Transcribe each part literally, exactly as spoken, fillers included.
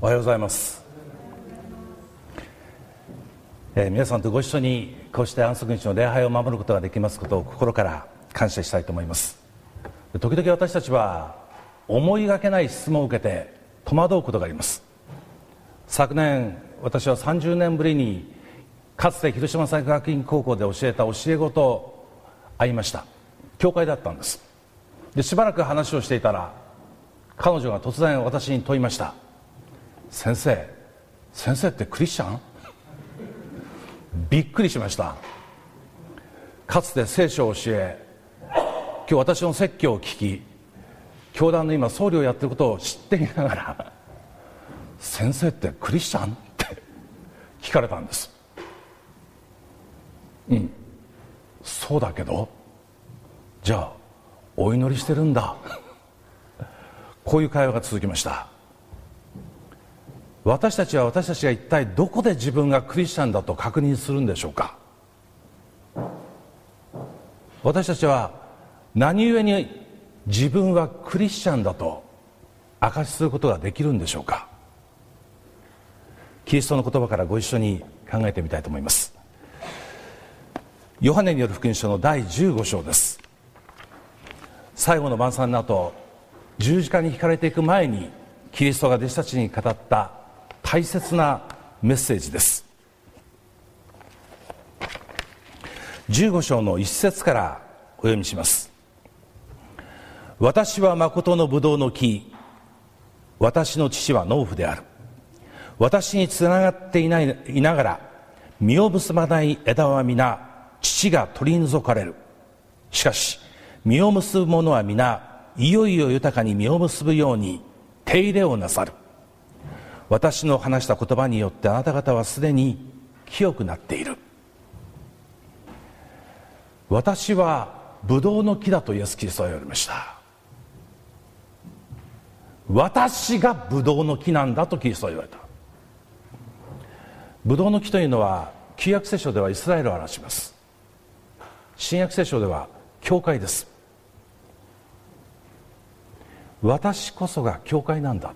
おはようございます、えー、皆さんとご一緒にこうして安息日の礼拝を守ることができますことを心から感謝したいと思います。時々私たちは思いがけない質問を受けて戸惑うことがあります。昨年私はさんじゅうねんぶりにかつて広島産学院高校で教えた教え子と会いました。教会だったんです。でしばらく話をしていたら彼女が突然私に問いました。先生先生ってクリスチャン？びっくりしました。かつて聖書を教え、今日私の説教を聞き、教団の今僧侶をやっていることを知っていながら、先生ってクリスチャンって聞かれたんです。うん、そうだけど、じゃあお祈りしてるんだこういう会話が続きました。私たちは私たちが一体どこで自分がクリスチャンだと確認するんでしょうか。私たちは何故に自分はクリスチャンだと証しすることができるんでしょうか。キリストの言葉からご一緒に考えてみたいと思います。ヨハネによる福音書のだいじゅうご章です。最後の晩餐の後、十字架に引かれていく前にキリストが弟子たちに語った大切なメッセージです。じゅうご章の一節からお読みします。私は誠のブドウの木、私の父は農夫である。私につながっていないいながら実を結ばない枝は皆父が取り除かれる。しかし実を結ぶ者は皆いよいよ豊かに実を結ぶように手入れをなさる。私の話した言葉によってあなた方はすでに清くなっている。私はブドウの木だとイエス・キリストは言われました。私がブドウの木なんだとキリストは言われた。ブドウの木というのは旧約聖書ではイスラエルを表します。新約聖書では教会です。私こそが教会なんだ。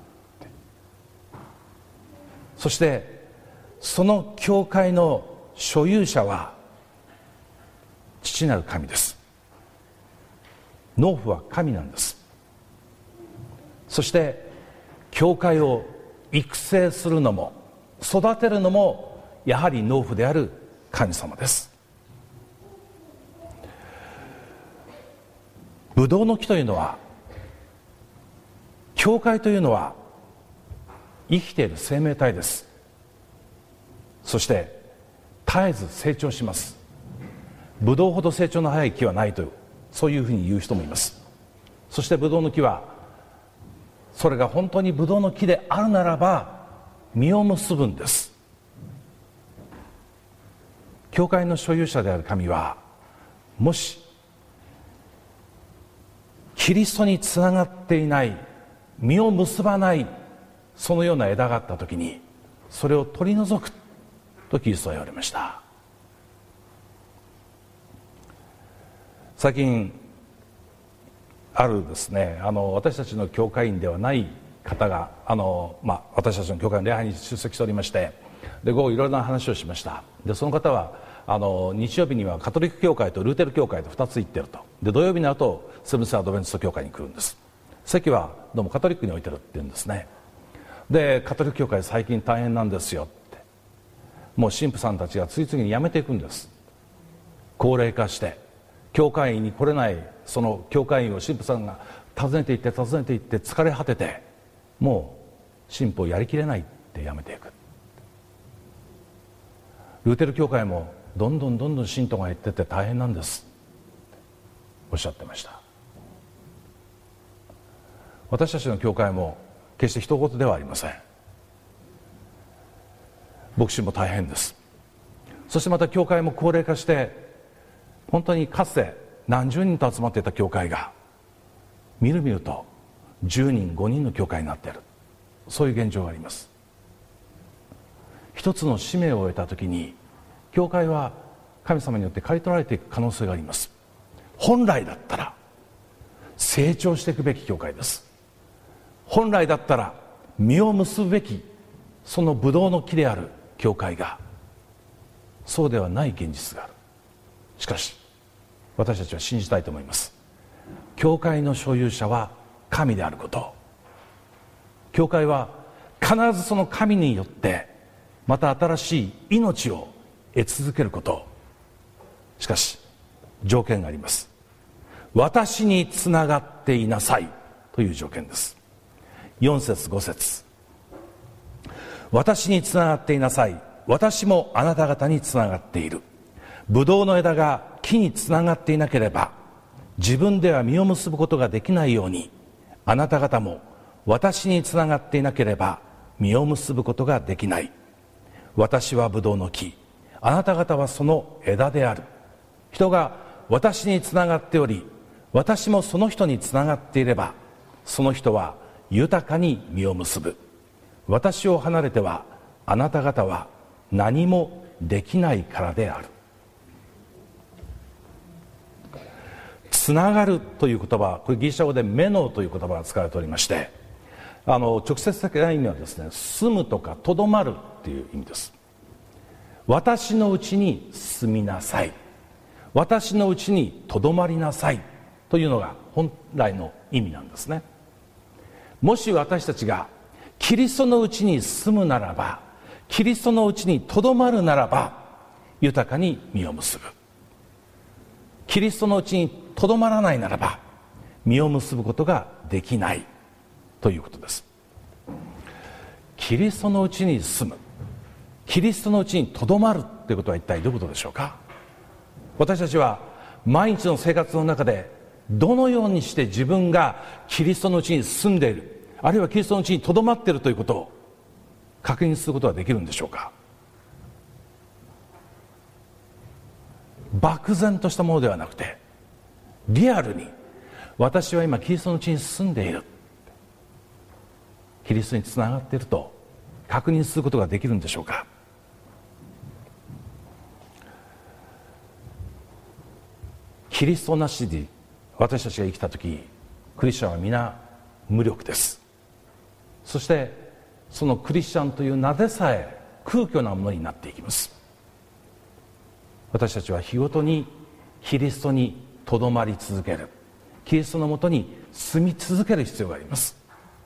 そしてその教会の所有者は父なる神です。農夫は神なんです。そして教会を育成するのも育てるのもやはり農夫である神様です。ブドウの木というのは、教会というのは生きている生命体です。そして絶えず成長します。ブドウほど成長の早い木はないと、そういうふうに言う人もいます。そしてブドウの木は、それが本当にブドウの木であるならば実を結ぶんです。教会の所有者である神は、もしキリストにつながっていない、実を結ばないそのような枝があったときに、それを取り除くとキリストは言われました。最近あるですね、あの私たちの教会員ではない方があの、まあ、私たちの教会の礼拝に出席しておりまして、で午後いろいろな話をしました。でその方はあの日曜日にはカトリック教会とルーテル教会とふたつ行ってると。で土曜日の後セブンス・アドベンチスト教会に来るんです。席はどうもカトリックに置いてるって言うんですね。でカトリック教会最近大変なんですよって、もう神父さんたちが次々に辞めていくんです。高齢化して教会員に来れないその教会員を神父さんが訪ねていって訪ねていって疲れ果てて、もう神父をやりきれないって辞めていく。ルーテル教会もどんどんどんどん信徒が減ってって大変なんですおっしゃってました。私たちの教会も決して人事ではありません。牧師も大変です。そしてまた教会も高齢化して、本当にかつて何十人と集まっていた教会がみるみるとじゅうにんごにんの教会になっている、そういう現状があります。一つの使命を終えた時に教会は神様によって刈り取られていく可能性があります。本来だったら成長していくべき教会です。本来だったら実を結ぶべきそのブドウの木である教会がそうではない現実がある。しかし私たちは信じたいと思います。教会の所有者は神であること、教会は必ずその神によってまた新しい命を得続けること。しかし条件があります。私につながっていなさいという条件です。よん節ご節、私につながっていなさい、私もあなた方につながっている。ブドウの枝が木につながっていなければ自分では実を結ぶことができないように、あなた方も私につながっていなければ実を結ぶことができない。私はブドウの木、あなた方はその枝である。人が私につながっており、私もその人につながっていれば、その人は豊かに実を結ぶ。私を離れてはあなた方は何もできないからである。つながるという言葉、これギリシャ語でメノという言葉が使われておりまして、あの直接的な意味はですね、住むとかとどまるという意味です。私のうちに住みなさい、私のうちにとどまりなさいというのが本来の意味なんですね。もし私たちがキリストのうちに住むならば、キリストのうちにとどまるならば豊かに実を結ぶ。キリストのうちにとどまらないならば実を結ぶことができないということです。キリストのうちに住む、キリストのうちにとどまるということは一体どういうことでしょうか。私たちは毎日の生活の中でどのようにして自分がキリストのうちに住んでいる、あるいはキリストのうちにとどまっているということを確認することができるんでしょうか。漠然としたものではなくて、リアルに私は今キリストのうちに住んでいる、キリストにつながっていると確認することができるんでしょうか。キリストなしで私たちが生きたとき、クリスチャンは皆無力です。そしてそのクリスチャンという名でさえ空虚なものになっていきます。私たちは日ごとにキリストにとどまり続ける、キリストのもとに住み続ける必要があります。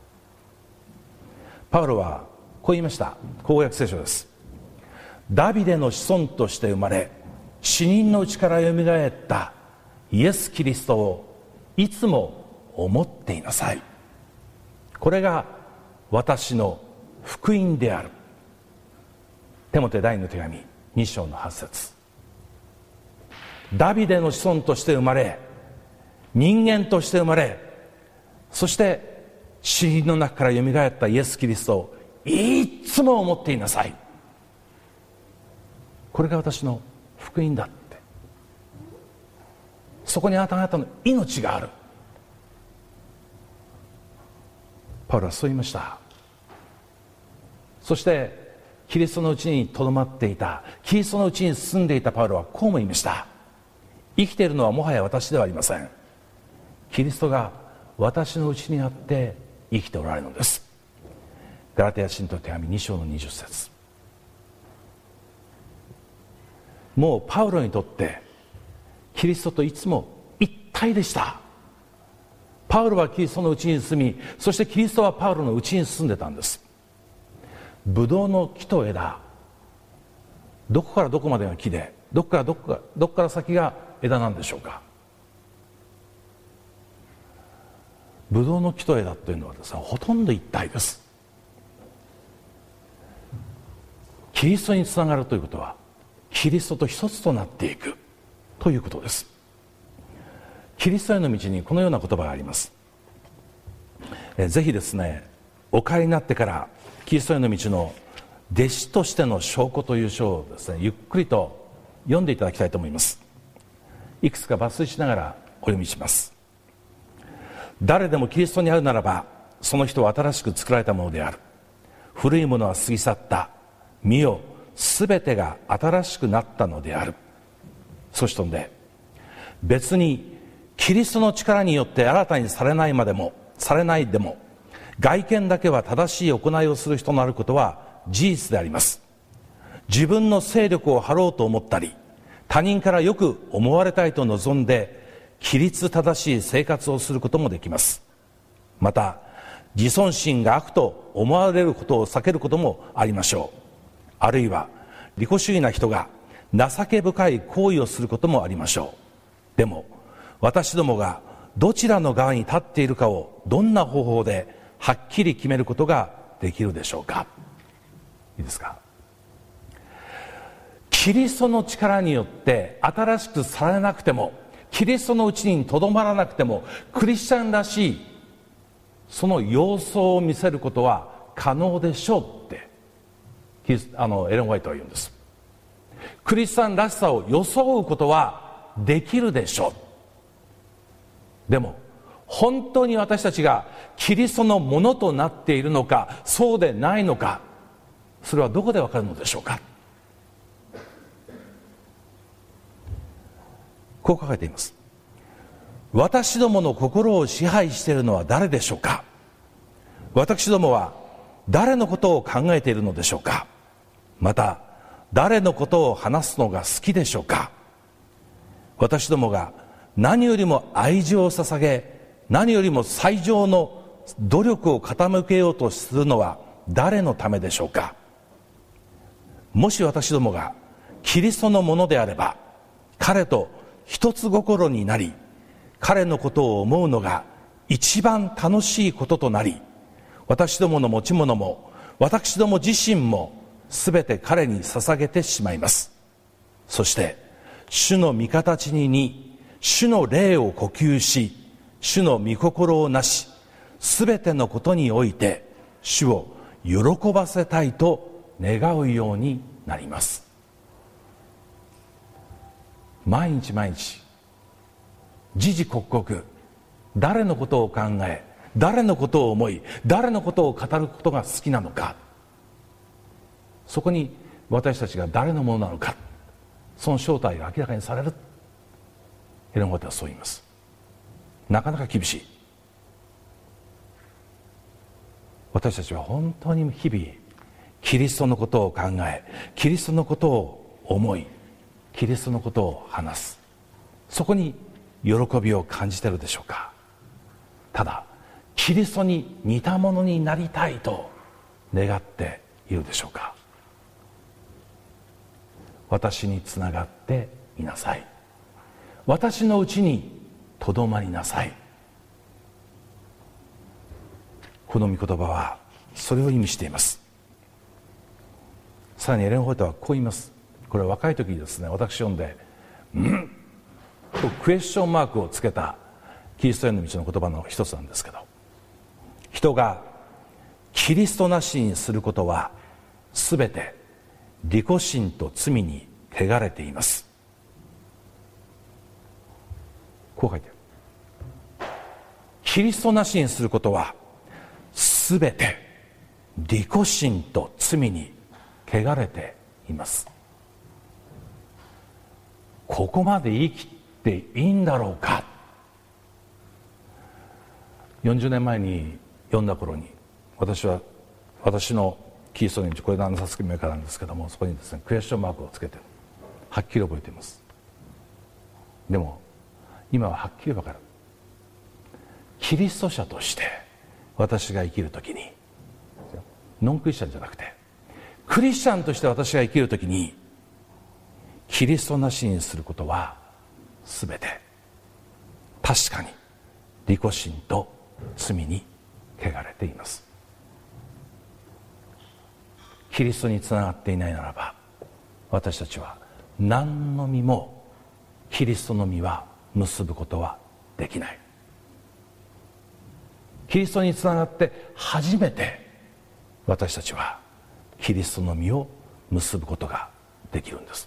パウロはこう言いました。公約聖書です。ダビデの子孫として生まれ、死人のうちからよみがえったイエス・キリストをいつも思っていなさい。これが私の福音である。テモテ第二の手紙に章のはち節。ダビデの子孫として生まれ、人間として生まれ、そして死人の中からよみがえったイエス・キリストをいつも思っていなさい。これが私の福音だって。そこにあなた方の命がある。パウロはそう言いました。そしてキリストのうちにとどまっていた、キリストのうちに住んでいたパウロはこうも言いました。生きているのはもはや私ではありません。キリストが私のうちにあって生きておられるのです。ガラテヤ人の手紙に章のにじゅっ節。もうパウロにとってキリストといつも一体でした。パウロはキリストのうちに住み、そしてキリストはパウロのうちに住んでたんです。ブドウの木と枝、どこからどこまでが木で、どこからどこかどこから先が枝なんでしょうか。ブドウの木と枝というのはですね、ほとんど一体です。キリストにつながるということはキリストと一つとなっていくということです。キリストへの道にこのような言葉があります。えぜひですね、お帰りになってからキリストへの道の弟子としての証拠という章をですね、ゆっくりと読んでいただきたいと思います。いくつか抜粋しながらお読みします。誰でもキリストにあるならば、その人は新しく作られたものである。古いものは過ぎ去った。見よ、すべてが新しくなったのである。そしてんで、別にキリストの力によって新たにされないまでもされないでも、外見だけは正しい行いをする人のあることは事実であります。自分の勢力を張ろうと思ったり、他人からよく思われたいと望んで規律正しい生活をすることもできます。また自尊心が悪と思われることを避けることもありましょう。あるいは利己主義な人が情け深い行為をすることもありましょう。でも私どもがどちらの側に立っているかをどんな方法ではっきり決めることができるでしょうか。いいですか。キリストの力によって新しくされなくても、キリストのうちにとどまらなくても、クリスチャンらしいその様相を見せることは可能でしょうってあのエレン・ホワイトは言うんです。クリスチャンらしさを装うことはできるでしょう。でも本当に私たちがキリストのものとなっているのか、そうでないのか、それはどこでわかるのでしょうか。こう書かれています。私どもの心を支配しているのは誰でしょうか。私どもは誰のことを考えているのでしょうか。また誰のことを話すのが好きでしょうか。私どもが何よりも愛情を捧げ、何よりも最上の努力を傾けようとするのは誰のためでしょうか。もし私どもがキリストのものであれば、彼と一つ心になり、彼のことを思うのが一番楽しいこととなり、私どもの持ち物も私ども自身もすべて彼に捧げてしまいます。そして主の御形にに主の霊を呼吸し、主の御心をなし、すべてのことにおいて主を喜ばせたいと願うようになります。毎日毎日時々刻々、誰のことを考え、誰のことを思い、誰のことを語ることが好きなのか、そこに私たちが誰のものなのか、その正体が明らかにされる。エレン・ホワイトはそう言います。なかなか厳しい。私たちは本当に日々キリストのことを考え、キリストのことを思い、キリストのことを話す、そこに喜びを感じているでしょうか。ただキリストに似たものになりたいと願っているでしょうか。私につながっていなさい、私のうちにとどまりなさい。この御言葉はそれを意味しています。さらにエレン・ホワイトはこう言います。これは若い時にですね、私読んでうんとクエスチョンマークをつけたキリストへの道の言葉の一つなんですけど、人がキリストなしにすることはすべて利己心と罪に汚れています。こう書いてある。キリストなしにすることはすべて利己心と罪に汚れています。ここまで生きていいんだろうか。よんじゅうねんまえに読んだ頃に、私は私のキリストの道、これ何冊目かなんですけども、そこにですねクエスチョンマークをつけてはっきり覚えています。でも今ははっきり分かる。キリスト者として私が生きるときに、ノンクリスチャンじゃなくてクリスチャンとして私が生きるときに、キリストなしにすることはすべて確かに利己心と罪に汚れています。キリストにつながっていないならば、私たちは何の実もキリストの実は結ぶことはできない。キリストにつながって初めて私たちはキリストの実を結ぶことができるんです。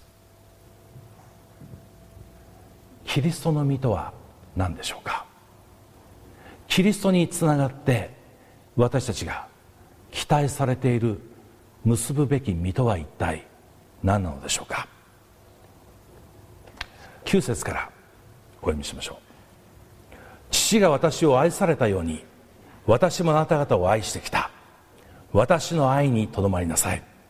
キリストの実とは何でしょうか。キリストにつながって私たちが期待されている結ぶべき実とは一体何なのでしょうか。きゅう節からお読みしましょう。父が私を愛されたように私もあなた方を愛してきた。私の愛にとどまりなさい。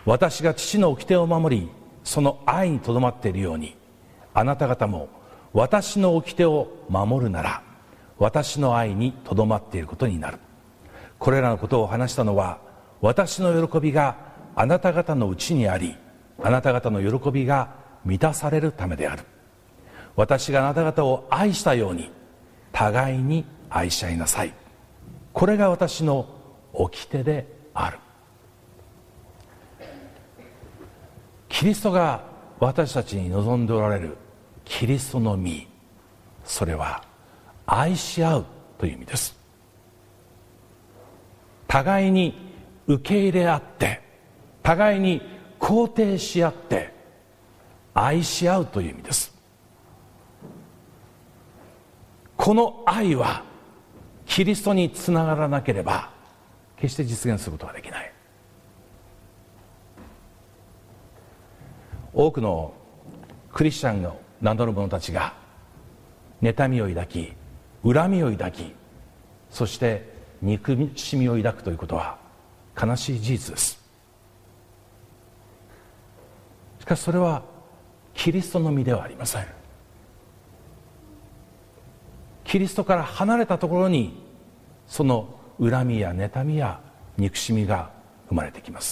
私が父の掟を守りその愛にとどまっているように、あなた方も私の掟を守るなら私の愛にとどまっていることになる。これらのことを話したのは、私の喜びがあなた方のうちにあり、あなた方の喜びが満たされるためである。私があなた方を愛したように互いに愛し合いなさい。これが私の掟である。キリストが私たちに望んでおられるキリストの実、それは愛し合うという意味です。互いに受け入れ合って、互いに肯定し合って愛し合うという意味です。この愛はキリストにつながらなければ決して実現することができない。多くのクリスチャンの名乗る者たちが妬みを抱き、恨みを抱き、そして憎しみを抱くということは悲しい事実です。しかしそれはキリストの実ではありません。キリストから離れたところにその恨みや妬みや憎しみが生まれてきます。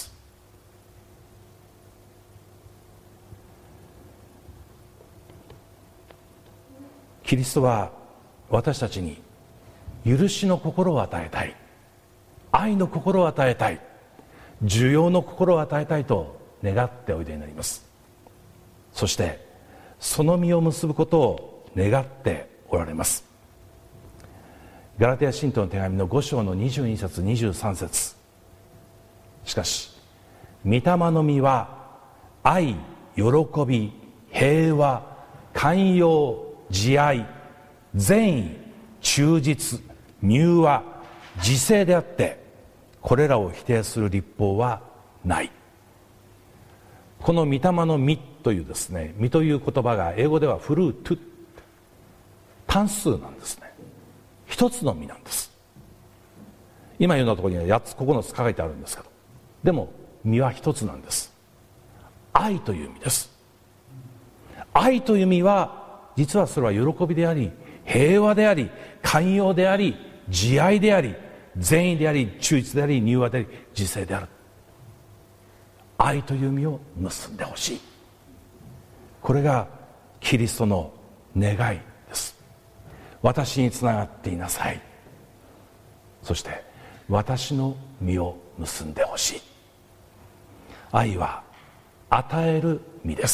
キリストは私たちに許しの心を与えたい、愛の心を与えたい、受容の心を与えたいと願っておいでになります。そしてその実を結ぶことを願っておられます。ガラテヤ信徒の手紙のご章のにじゅうに節にじゅうさん節、しかし御霊の実は愛、喜び、平和、寛容、慈愛、善意、忠実、柔和、自制であって、これらを否定する律法はない。この御霊の実というですね、実という言葉が英語ではフルート、単数なんですね。一つの実なんです。今読んだところにはやっつここのつ書いてあるんですけど、でも実は一つなんです。愛という実です。愛という実は実はそれは喜びであり、平和であり、寛容であり、慈愛であり、善意であり、忠実であり、柔和であり、自制である。愛という実を結んでほしい。これがキリストの願いです。私につながっていなさい。そして私の実を結んでほしい。愛は与える実です。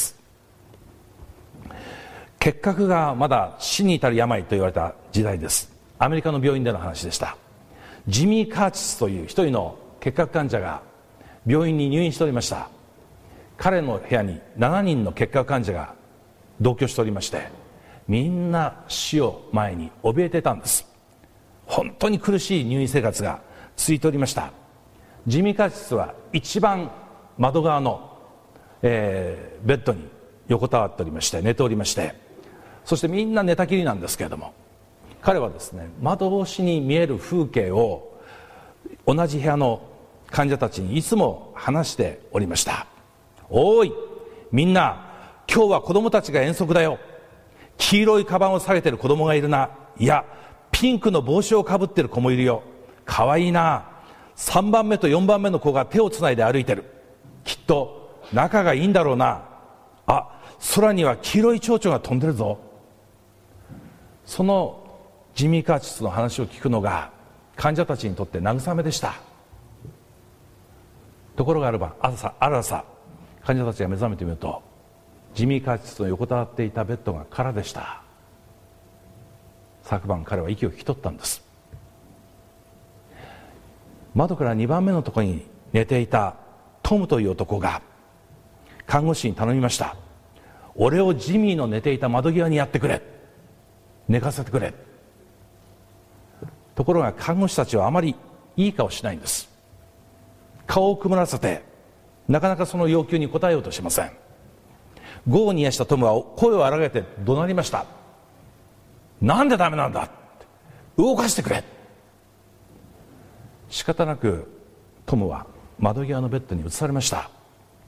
結核がまだ死に至る病と言われた時代です。アメリカの病院での話でした。ジミー・カーチスという一人の結核患者が病院に入院しておりました。彼の部屋にしちにんの結核患者が同居しておりまして、みんな死を前に怯えてたんです。本当に苦しい入院生活が続いておりました。ジミー・カーチスは一番窓側の、えー、ベッドに横たわっておりまして、寝ておりまして、そしてみんな寝たきりなんですけれども、彼はですね、窓越しに見える風景を同じ部屋の患者たちにいつも話しておりました。おいみんな、今日は子供たちが遠足だよ。黄色いカバンを下げてる子供がいるな。いや、ピンクの帽子をかぶってる子もいるよ。かわいいな。さんばんめとよんばんめの子が手をつないで歩いてる。きっと仲がいいんだろうな。あ、空には黄色い蝶々が飛んでるぞ。そのジミー・カーチスの話を聞くのが患者たちにとって慰めでした。ところがある晩、朝ある朝、患者たちが目覚めてみると、ジミー・カーチスの横たわっていたベッドが空でした。昨晩彼は息を引き取ったんです。窓からにばんめのところに寝ていたトムという男が看護師に頼みました。俺をジミーの寝ていた窓際にやってくれ、寝かせてくれ。ところが看護師たちはあまりいい顔しないんです。顔を曇らせてなかなかその要求に応えようとしません。業を煮やしたトムは声を荒げて怒鳴りました。なんでダメなんだ、動かしてくれ。仕方なくトムは窓際のベッドに移されました。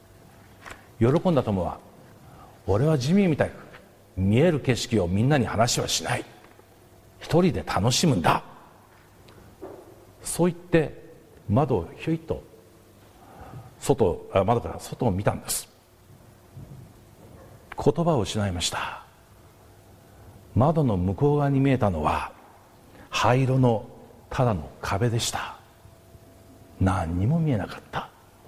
喜んだ友は、俺はジミーみたいに見える景色をみんなに話はしない、一人で楽しむんだ、そう言って窓をひょいっと外あ窓から外を見たんです。言葉を失いました。窓の向こう側に見えたのは灰色のただの壁でした。何にも見えなかった。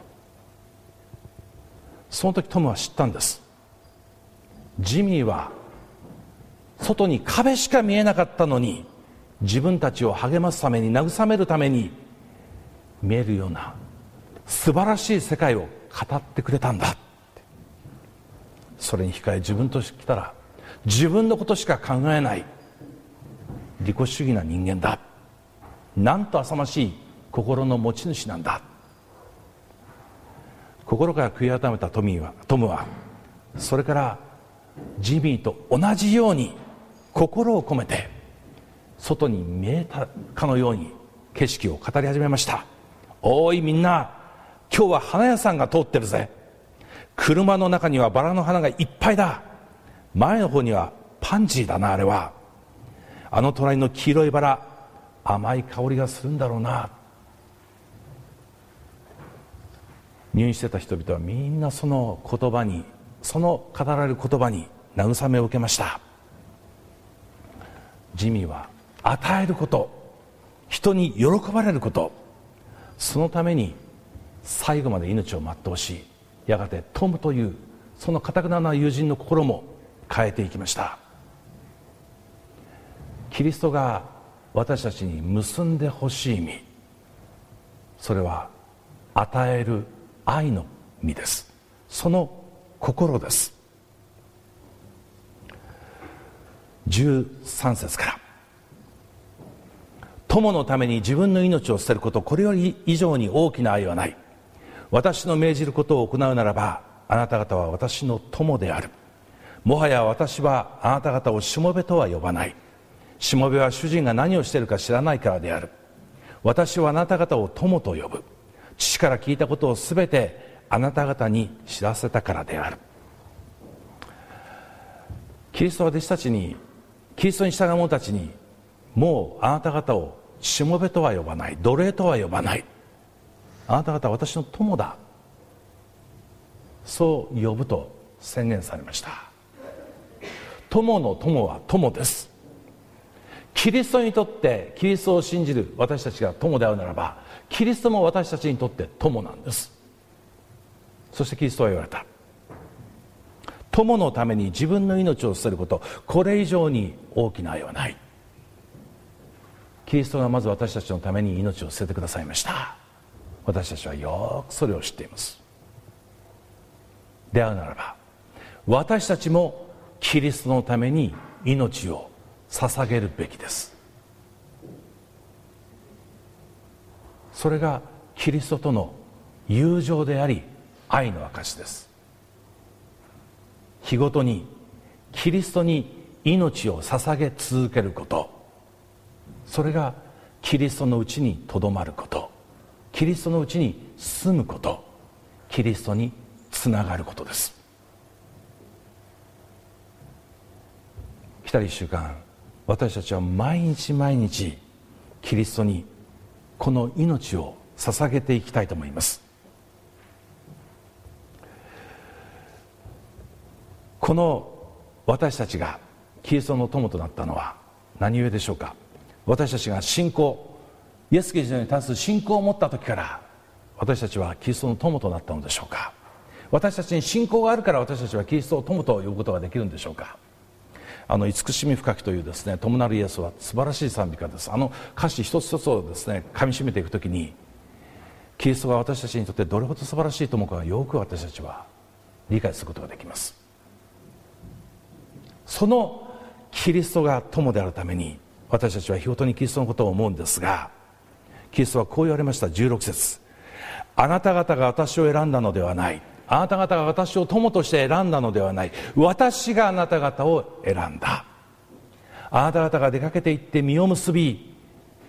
その時トムは知ったんです。ジミーは外に壁しか見えなかったのに、自分たちを励ますために、慰めるために見えるような素晴らしい世界を語ってくれたんだって。それに控え自分としてきたら自分のことしか考えない利己主義な人間だ、なんと浅ましい心の持ち主なんだ。心から悔い改めたトミーはトムはそれからジミーと同じように心を込めて外に見えたかのように景色を語り始めました。おいみんな、今日は花屋さんが通ってるぜ。車の中にはバラの花がいっぱいだ。前の方にはパンジーだな、あれは。あの隣の黄色いバラ、甘い香りがするんだろうな。入院してた人々はみんなその言葉に、その語られる言葉に慰めを受けました。ジミーは与えること、人に喜ばれること、そのために最後まで命を全うし、やがてトムというその堅くなな友人の心も変えていきました。キリストが私たちに結んでほしい実、それは与える愛の実です。その心です。じゅうさん節から、友のために自分の命を捨てること、これより以上に大きな愛はない。私の命じることを行うならば、あなた方は私の友である。もはや私はあなた方をしもべとは呼ばない。しもべは主人が何をしているか知らないからである。私はあなた方を友と呼ぶ。父から聞いたことをすべてあなた方に知らせたからである。キリストは弟子たちに、キリストに従う者たちに、もうあなた方をしもべとは呼ばない、奴隷とは呼ばない、あなた方は私の友だ、そう呼ぶと宣言されました。友の友は友です。キリストにとって、キリストを信じる私たちが友であるならば、キリストも私たちにとって友なんです。そしてキリストは言われた。友のために自分の命を捨てること、これ以上に大きな愛はない。キリストがまず私たちのために命を捨ててくださいました。私たちはよくそれを知っています。であるならば、私たちもキリストのために命を捧げるべきです。それがキリストとの友情であり、愛の証です。日ごとにキリストに命を捧げ続けること、それがキリストのうちにとどまること、キリストのうちに住むこと、キリストにつながることです。来たるいっしゅうかん、私たちは毎日毎日キリストにこの命を捧げていきたいと思います。この私たちがキリストの友となったのは何故でしょうか。私たちが信仰、イエス・キリストに対する信仰を持った時から私たちはキリストの友となったのでしょうか。私たちに信仰があるから私たちはキリストを友と呼ぶことができるんでしょうか。あの慈しみ深きというですね、友なるイエスは素晴らしい賛美歌です。あの歌詞一つ一つをですね噛み締めていくときに、キリストが私たちにとってどれほど素晴らしい友かがよく私たちは理解することができます。そのキリストが友であるために私たちは日ごとにキリストのことを思うんですが、キリストはこう言われました。じゅうろく節、あなた方が私を選んだのではない、あなた方が私を友として選んだのではない、私があなた方を選んだ。あなた方が出かけていって実を結び、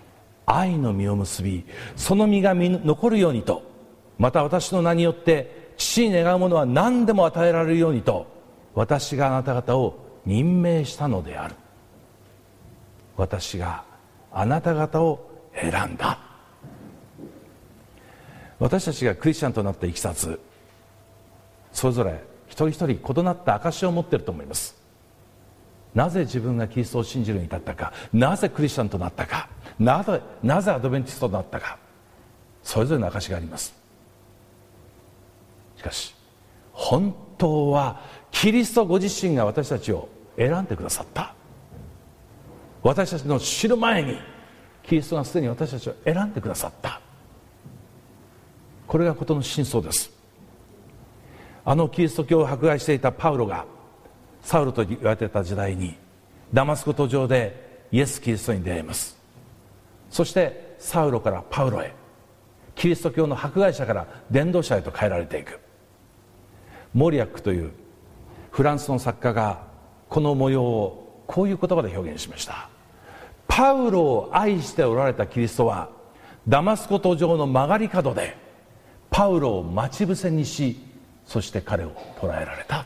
愛の実を結び、その実が実残るようにと、また私の名によって父に願うものは何でも与えられるようにと私があなた方を任命したのである。私があなた方を選んだ。私たちがクリスチャンとなったいきさつ、それぞれ一人一人異なった証を持っていると思います。なぜ自分がキリストを信じるに至ったか、なぜクリスチャンとなったか、なぜ、なぜアドベンティストとなったか、それぞれの証があります。しかし本当はキリストご自身が私たちを選んでくださった。私たちの知る前にキリストがすでに私たちを選んでくださった。これが事の真相です。あのキリスト教を迫害していたパウロがサウルと言われていた時代にダマスコ途上でイエス・キリストに出会います。そしてサウロからパウロへ、キリスト教の迫害者から伝道者へと変えられていく。モリアックというフランスの作家がこの模様をこういう言葉で表現しました。パウロを愛しておられたキリストはダマスコ途上の曲がり角でパウロを待ち伏せにし、そして彼を捕らえられた。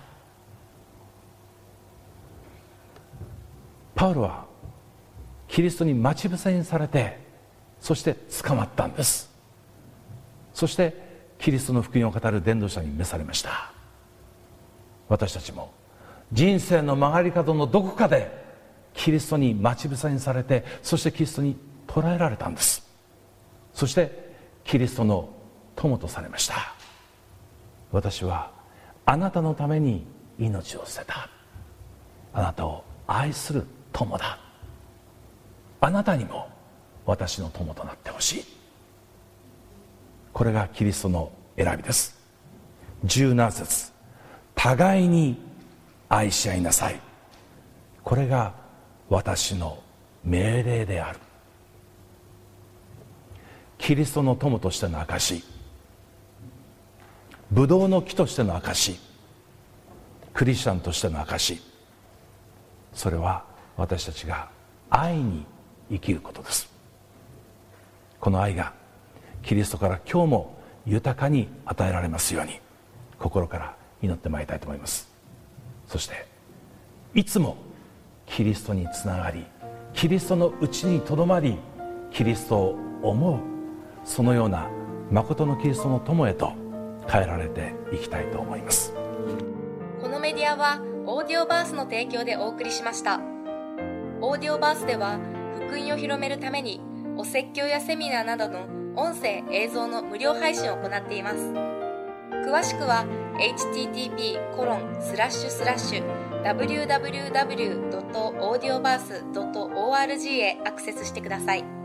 パウロはキリストに待ち伏せにされて、そして捕まったんです。そしてキリストの福音を語る伝道者に召されました。私たちも人生の曲がり角のどこかでキリストに待ち伏せにされて、そしてキリストに捕らえられたんです。そしてキリストの友とされました。私はあなたのために命を捨てた。あなたを愛する友だ。あなたにも私の友となってほしい。これがキリストの選びです。じゅうなな節、互いに愛し合いなさい。これが私の命令である。キリストの友としての証、ブドウの木としての証、クリスチャンとしての証、それは私たちが愛に生きることです。この愛がキリストから今日も豊かに与えられますように心から祈ってまいりたいと思います。そしていつもキリストにつながり、キリストのうちにとどまり、キリストを思う、そのような誠のキリストの友へと変えられていきたいと思います。 このメディアはオーディオバースの提供でお送りしました。オーディオバースでは福音を広めるためにお説教やセミナーなどの音声映像の無料配信を行っています。詳しくは エイチティーティーピーコロンスラッシュスラッシュダブリューダブリューダブリュードットオーディオバースドットオーアールジー へアクセスしてください。